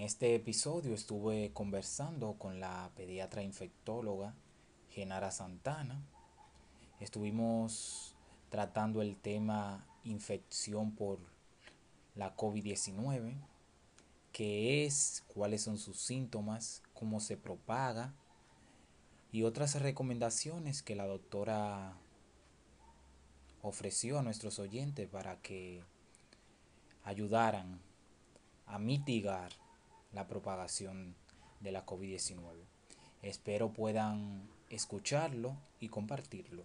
este episodio estuve conversando con la pediatra infectóloga Genara Santana. Estuvimos tratando el tema infección por la COVID-19, qué es, cuáles son sus síntomas, cómo se propaga y otras recomendaciones que la doctora ofreció a nuestros oyentes para que ayudaran a mitigar la propagación de la COVID-19. Espero puedan escucharlo y compartirlo.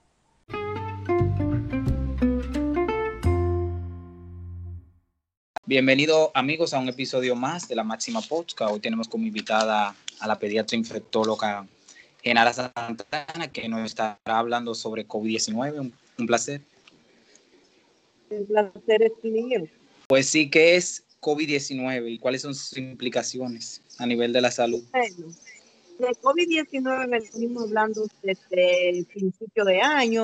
Bienvenidos amigos a un episodio más de la Máxima Podcast. Hoy tenemos como invitada a la pediatra infectóloga Genara Santana, que nos estará hablando sobre COVID-19. Un placer. El placer es mío. Pues sí, ¿qué es COVID-19 y cuáles son sus implicaciones a nivel de la salud? Bueno, de COVID-19 venimos hablando desde el principio de año,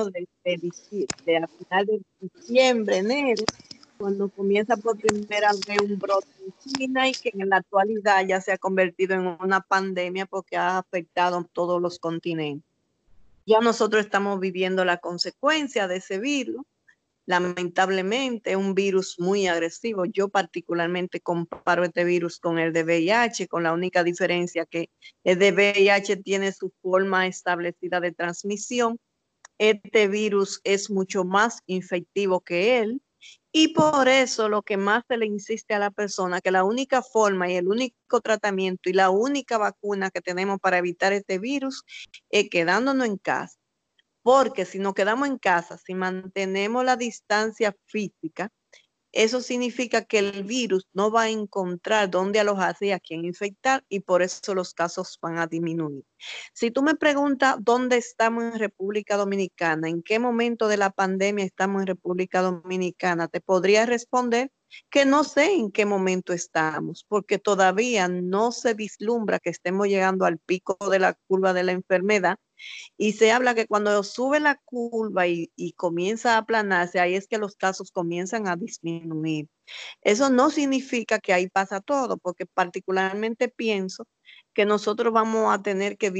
de a final de diciembre, enero, cuando comienza por primera vez un brote en China y que en la actualidad ya se ha convertido en una pandemia porque ha afectado a todos los continentes. Ya nosotros estamos viviendo la consecuencia de ese virus. Lamentablemente, es un virus muy agresivo. Yo particularmente comparo este virus con el de VIH, con la única diferencia que el de VIH tiene su forma establecida de transmisión. Este virus es mucho más infectivo que él y por eso lo que más se le insiste a la persona, que la única forma y el único tratamiento y la única vacuna que tenemos para evitar este virus es quedándonos en casa. Porque si nos quedamos en casa, si mantenemos la distancia física, eso significa que el virus no va a encontrar dónde alojarse y a quién infectar y por eso los casos van a disminuir. Si tú me preguntas dónde estamos en República Dominicana, en qué momento de la pandemia estamos en República Dominicana, te podría responder que no sé en qué momento estamos, porque todavía no se vislumbra que estemos llegando al pico de la curva de la enfermedad y se habla que cuando sube la curva y comienza a aplanarse, ahí es que los casos comienzan a disminuir. Eso no significa que ahí pasa todo, porque particularmente pienso que nosotros vamos a tener que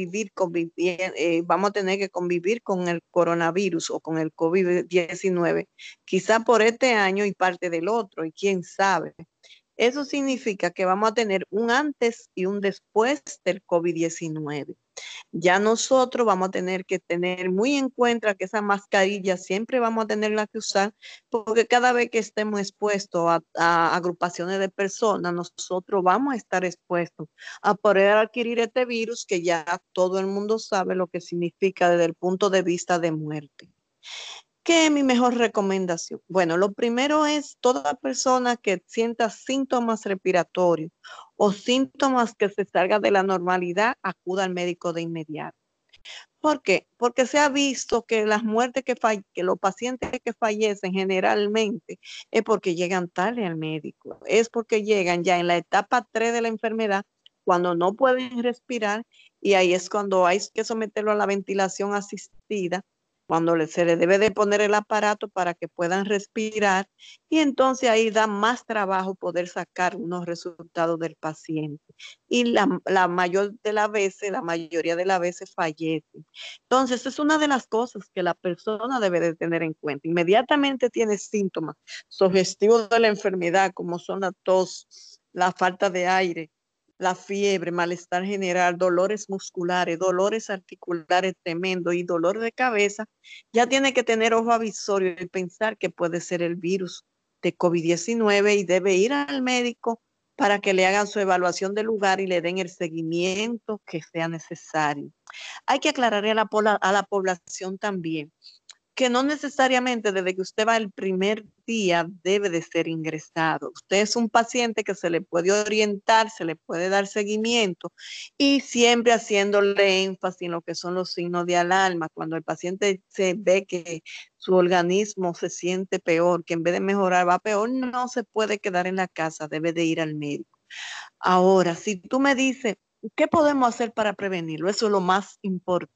vamos a tener que convivir con el coronavirus o con el COVID-19, quizá por este año y parte del otro, y quién sabe. Eso significa que vamos a tener un antes y un después del COVID-19. Ya nosotros vamos a tener que tener muy en cuenta que esa mascarilla siempre vamos a tenerla que usar, porque cada vez que estemos expuestos a agrupaciones de personas, nosotros vamos a estar expuestos a poder adquirir este virus que ya todo el mundo sabe lo que significa desde el punto de vista de muerte. ¿Qué es mi mejor recomendación? Bueno, lo primero es toda persona que sienta síntomas respiratorios o síntomas que se salgan de la normalidad, acuda al médico de inmediato. ¿Por qué? Porque se ha visto que las muertes que los pacientes que fallecen generalmente es porque llegan tarde al médico, es porque llegan ya en la etapa 3 de la enfermedad, cuando no pueden respirar, y ahí es cuando hay que someterlo a la ventilación asistida, cuando se le debe de poner el aparato para que puedan respirar, y entonces ahí da más trabajo poder sacar unos resultados del paciente. Y la mayoría de las veces fallece. Entonces, es una de las cosas que la persona debe de tener en cuenta. Inmediatamente tiene síntomas sugestivos de la enfermedad, como son la tos, la falta de aire, la fiebre, malestar general, dolores musculares, dolores articulares tremendos y dolor de cabeza, ya tiene que tener ojo avisorio y pensar que puede ser el virus de COVID-19 y debe ir al médico para que le hagan su evaluación del lugar y le den el seguimiento que sea necesario. Hay que aclararle a la población también que no necesariamente desde que usted va el primer día debe de ser ingresado. Usted es un paciente que se le puede orientar, se le puede dar seguimiento y siempre haciéndole énfasis en lo que son los signos de alarma. Cuando el paciente se ve que su organismo se siente peor, que en vez de mejorar va peor, no se puede quedar en la casa, debe de ir al médico. Ahora, si tú me dices, ¿qué podemos hacer para prevenirlo? Eso es lo más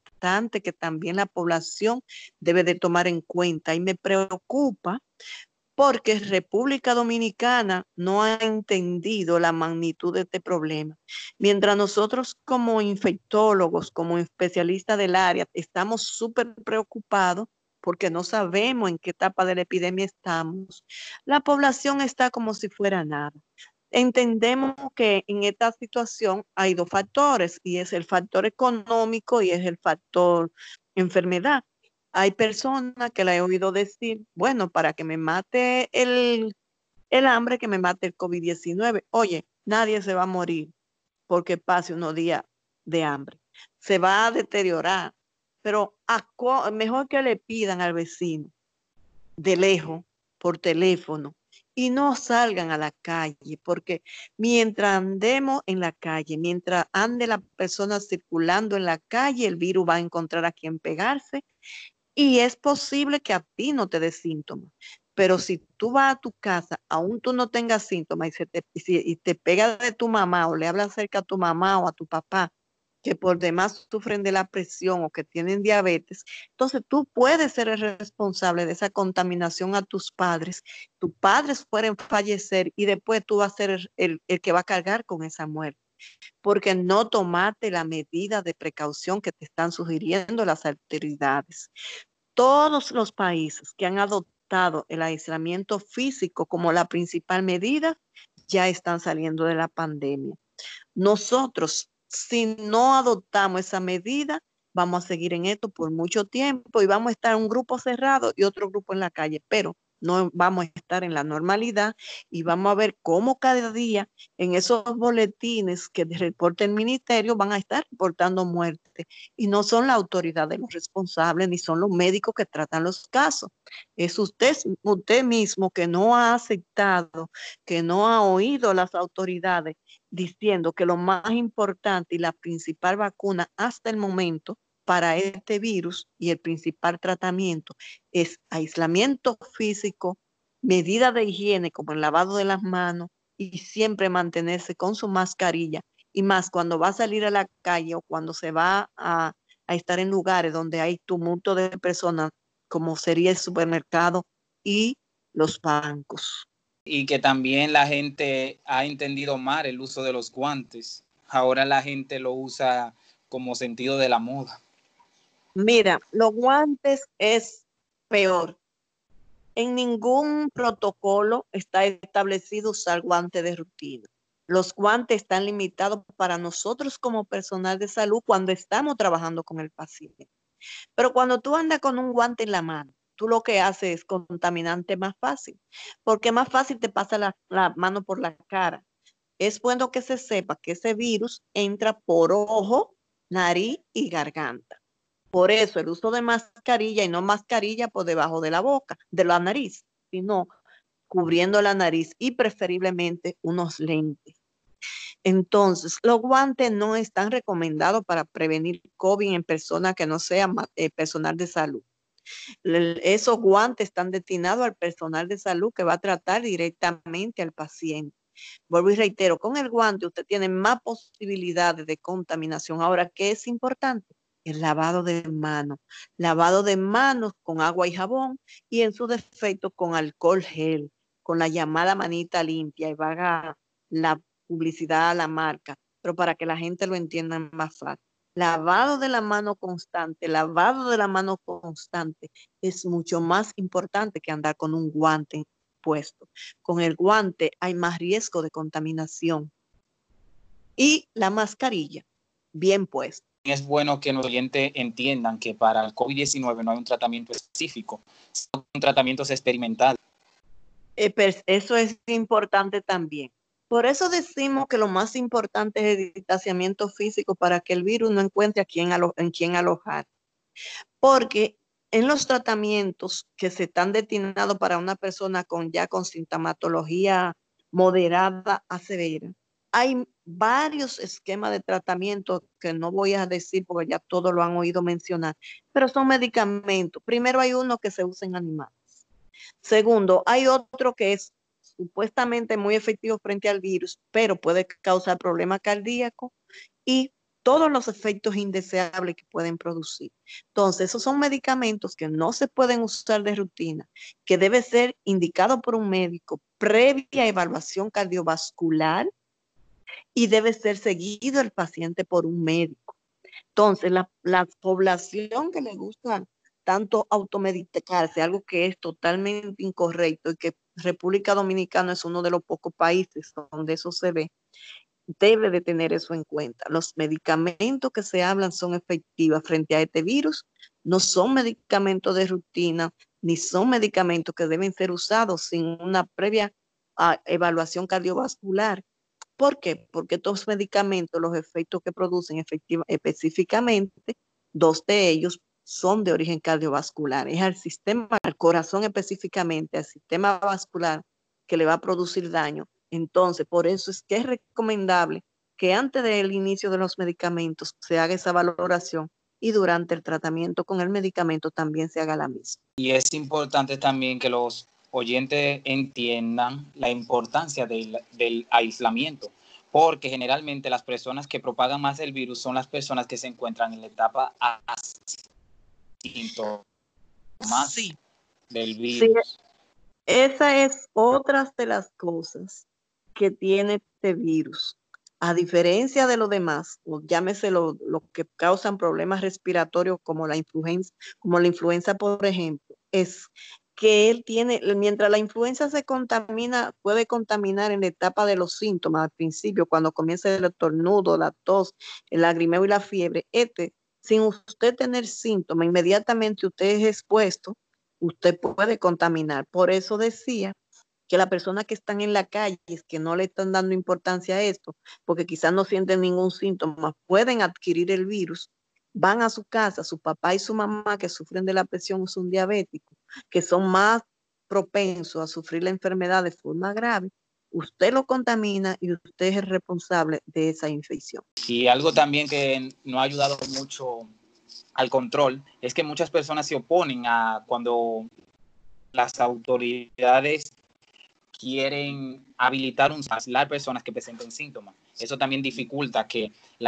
importante que también la población debe de tomar en cuenta. Y me preocupa porque República Dominicana no ha entendido la magnitud de este problema. Mientras nosotros como infectólogos, como especialistas del área, estamos súper preocupados porque no sabemos en qué etapa de la epidemia estamos, la población está como si fuera nada. Entendemos que en esta situación hay dos factores, y es el factor económico y es el factor enfermedad. Hay personas que la he oído decir, bueno, para que me mate el hambre, que me mate el COVID-19. Oye, nadie se va a morir porque pase unos días de hambre. Se va a deteriorar, pero mejor que le pidan al vecino de lejos, por teléfono, y no salgan a la calle, porque mientras andemos en la calle, mientras ande la persona circulando en la calle, el virus va a encontrar a quien pegarse y es posible que a ti no te dé síntomas. Pero si tú vas a tu casa, aún tú no tengas síntomas y te pega de tu mamá o le hablas cerca a tu mamá o a tu papá, que por demás sufren de la presión o que tienen diabetes, entonces tú puedes ser el responsable de esa contaminación a tus padres. Tus padres pueden fallecer y después tú vas a ser el que va a cargar con esa muerte, porque no tomaste la medida de precaución que te están sugiriendo las autoridades. Todos los países que han adoptado el aislamiento físico como la principal medida ya están saliendo de la pandemia. Nosotros, si no adoptamos esa medida, vamos a seguir en esto por mucho tiempo y vamos a estar un grupo cerrado y otro grupo en la calle, pero no vamos a estar en la normalidad y vamos a ver cómo cada día en esos boletines que reporta el ministerio van a estar reportando muerte y no son la autoridad de los responsables ni son los médicos que tratan los casos. Es usted mismo que no ha aceptado, que no ha oído las autoridades diciendo que lo más importante y la principal vacuna hasta el momento para este virus y el principal tratamiento es aislamiento físico, medidas de higiene como el lavado de las manos y siempre mantenerse con su mascarilla. Y más cuando va a salir a la calle o cuando se va a estar en lugares donde hay tumulto de personas, como sería el supermercado y los bancos. Y que también la gente ha entendido mal el uso de los guantes. Ahora la gente lo usa como sentido de la moda. Mira, los guantes es peor. En ningún protocolo está establecido usar guantes de rutina. Los guantes están limitados para nosotros como personal de salud cuando estamos trabajando con el paciente. Pero cuando tú andas con un guante en la mano, tú lo que haces es contaminante más fácil, porque más fácil te pasa la mano por la cara. Es bueno que se sepa que ese virus entra por ojo, nariz y garganta. Por eso el uso de mascarilla y no mascarilla por debajo de la boca, de la nariz, sino cubriendo la nariz y preferiblemente unos lentes. Entonces, los guantes no están recomendados para prevenir COVID en personas que no sean personal de salud. Esos guantes están destinados al personal de salud que va a tratar directamente al paciente. Vuelvo y reitero, con el guante usted tiene más posibilidades de contaminación. Ahora, ¿qué es importante? El lavado de manos con agua y jabón y en su defecto con alcohol gel, con la llamada manita limpia y vaga la publicidad a la marca, pero para que la gente lo entienda más fácil. Lavado de la mano constante es mucho más importante que andar con un guante puesto. Con el guante hay más riesgo de contaminación. Y la mascarilla, bien puesta. Es bueno que los oyentes entiendan que para el COVID-19 no hay un tratamiento específico, son tratamientos experimentales. Eso es importante también. Por eso decimos que lo más importante es el distanciamiento físico para que el virus no encuentre en quién alojar. Porque en los tratamientos que se están destinados para una persona con sintomatología moderada a severa, hay varios esquemas de tratamiento que no voy a decir porque ya todos lo han oído mencionar, pero son medicamentos. Primero hay uno que se usa en animales. Segundo, hay otro que es supuestamente muy efectivo frente al virus, pero puede causar problemas cardíacos y todos los efectos indeseables que pueden producir. Entonces, esos son medicamentos que no se pueden usar de rutina, que debe ser indicado por un médico previa evaluación cardiovascular y debe ser seguido el paciente por un médico. Entonces, la población que le gusta tanto automedicarse, algo que es totalmente incorrecto y que República Dominicana es uno de los pocos países donde eso se ve, debe de tener eso en cuenta. Los medicamentos que se hablan son efectivos frente a este virus, no son medicamentos de rutina, ni son medicamentos que deben ser usados sin una previa evaluación cardiovascular. ¿Por qué? Porque estos medicamentos, los efectos que producen específicamente, dos de ellos son de origen cardiovascular. Es al sistema, al corazón específicamente, al sistema vascular que le va a producir daño. Entonces, por eso es que es recomendable que antes del inicio de los medicamentos se haga esa valoración y durante el tratamiento con el medicamento también se haga la misma. Y es importante también que los oyentes entiendan la importancia del aislamiento, porque generalmente las personas que propagan más el virus son las personas que se encuentran en la etapa asintomática Sí, del sí, virus. esa es otra de las cosas que tiene este virus. A diferencia de lo demás, o llámese lo que causan problemas respiratorios como la influenza, por ejemplo, es que él tiene, mientras la influenza se contamina, puede contaminar en la etapa de los síntomas, al principio, cuando comienza el estornudo, la tos, el lagrimeo y la fiebre, sin usted tener síntomas, inmediatamente usted es expuesto, usted puede contaminar. Por eso decía que las personas que están en la calle, que no le están dando importancia a esto, porque quizás no sienten ningún síntoma, pueden adquirir el virus, van a su casa, su papá y su mamá que sufren de la presión o son diabéticos, que son más propensos a sufrir la enfermedad de forma grave, usted lo contamina y usted es el responsable de esa infección. Y algo también que no ha ayudado mucho al control es que muchas personas se oponen a cuando las autoridades quieren habilitar las personas que presenten síntomas. Eso también dificulta que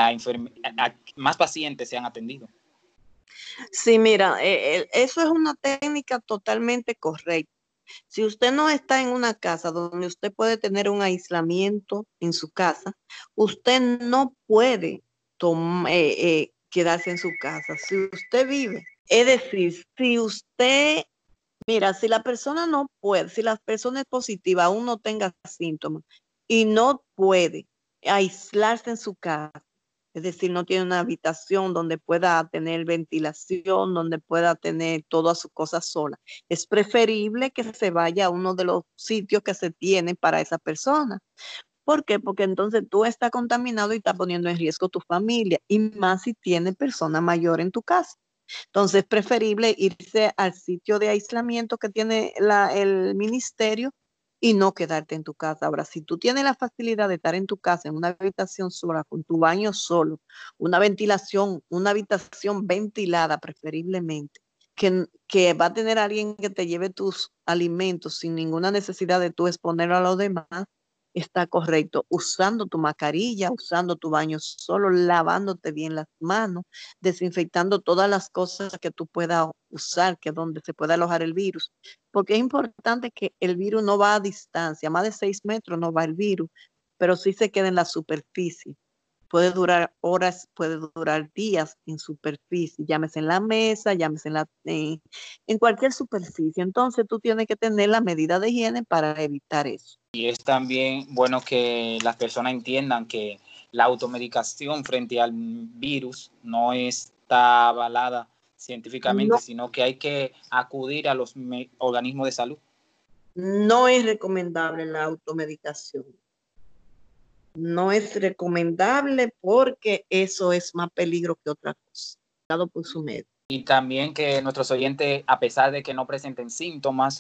más pacientes sean atendidos. Sí, mira, eso es una técnica totalmente correcta. Si usted no está en una casa donde usted puede tener un aislamiento en su casa, usted no puede quedarse en su casa. Si usted vive, es decir, si usted, mira, si la persona no puede, si la persona es positiva, aún no tenga síntomas y no puede aislarse en su casa, es decir, no tiene una habitación donde pueda tener ventilación, donde pueda tener todas sus cosas sola. Es preferible que se vaya a uno de los sitios que se tienen para esa persona. ¿Por qué? Porque entonces tú estás contaminado y estás poniendo en riesgo tu familia, y más si tienes persona mayor en tu casa. Entonces es preferible irse al sitio de aislamiento que tiene el ministerio y no quedarte en tu casa. Ahora, si tú tienes la facilidad de estar en tu casa, en una habitación sola, con tu baño solo, una ventilación, una habitación ventilada preferiblemente, que va a tener alguien que te lleve tus alimentos sin ninguna necesidad de tú exponerlo a los demás, está correcto. Usando tu mascarilla, usando tu baño solo, lavándote bien las manos, desinfectando todas las cosas que tú puedas usar, que es donde se puede alojar el virus. Porque es importante que el virus no va a distancia, más de 6 metros no va el virus, pero sí se queda en la superficie. Puede durar horas, puede durar días en superficie, llámese en la mesa, llámese en cualquier superficie. Entonces tú tienes que tener la medida de higiene para evitar eso. Y es también bueno que las personas entiendan que la automedicación frente al virus no está avalada científicamente, No, sino que hay que acudir a los organismos de salud. no es recomendable la automedicación. No es recomendable porque eso es más peligro que otra cosa. Dado por su medio. Y también que nuestros oyentes, a pesar de que no presenten síntomas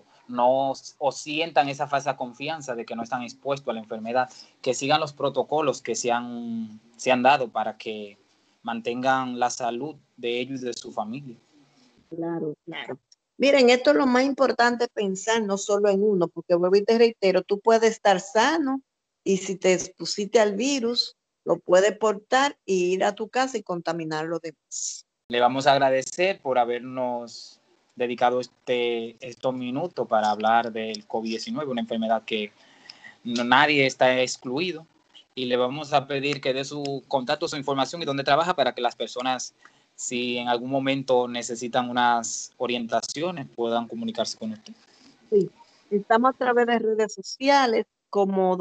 o sientan esa falsa confianza de que no están expuestos a la enfermedad, que sigan los protocolos que se han dado para que mantengan la salud de ellos y de su familia. Claro, claro. Miren, esto es lo más importante, pensar no solo en uno, porque vuelvo y te reitero, tú puedes estar sano y si te expusiste al virus, lo puedes portar y ir a tu casa y contaminar los demás. Le vamos a agradecer por habernos dedicado estos minutos para hablar del COVID-19, una enfermedad que nadie está excluido. Y le vamos a pedir que dé su contacto, su información y dónde trabaja para que las personas, si en algún momento necesitan unas orientaciones, puedan comunicarse con usted. Sí, estamos a través de redes sociales como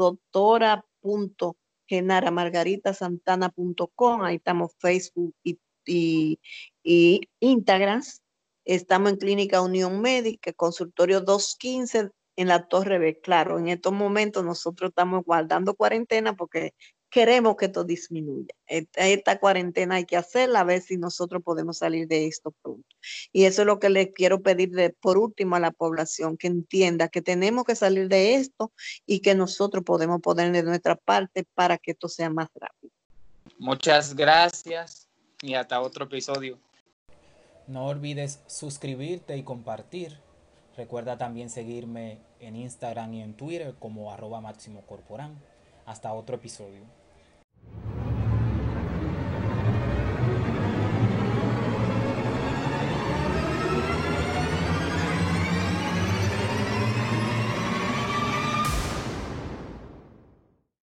doctora.genaramargaritasantana.com, ahí estamos Facebook y Instagram. Estamos en Clínica Unión Médica, consultorio 215 en la Torre B. Claro, en estos momentos nosotros estamos guardando cuarentena porque queremos que esto disminuya. Esta cuarentena hay que hacerla a ver si nosotros podemos salir de esto pronto. Y eso es lo que le quiero pedir por último a la población, que entienda que tenemos que salir de esto y que nosotros podemos poner de nuestra parte para que esto sea más rápido. Muchas gracias y hasta otro episodio. No olvides suscribirte y compartir. Recuerda también seguirme en Instagram y en Twitter como @máximocorporán. Hasta otro episodio.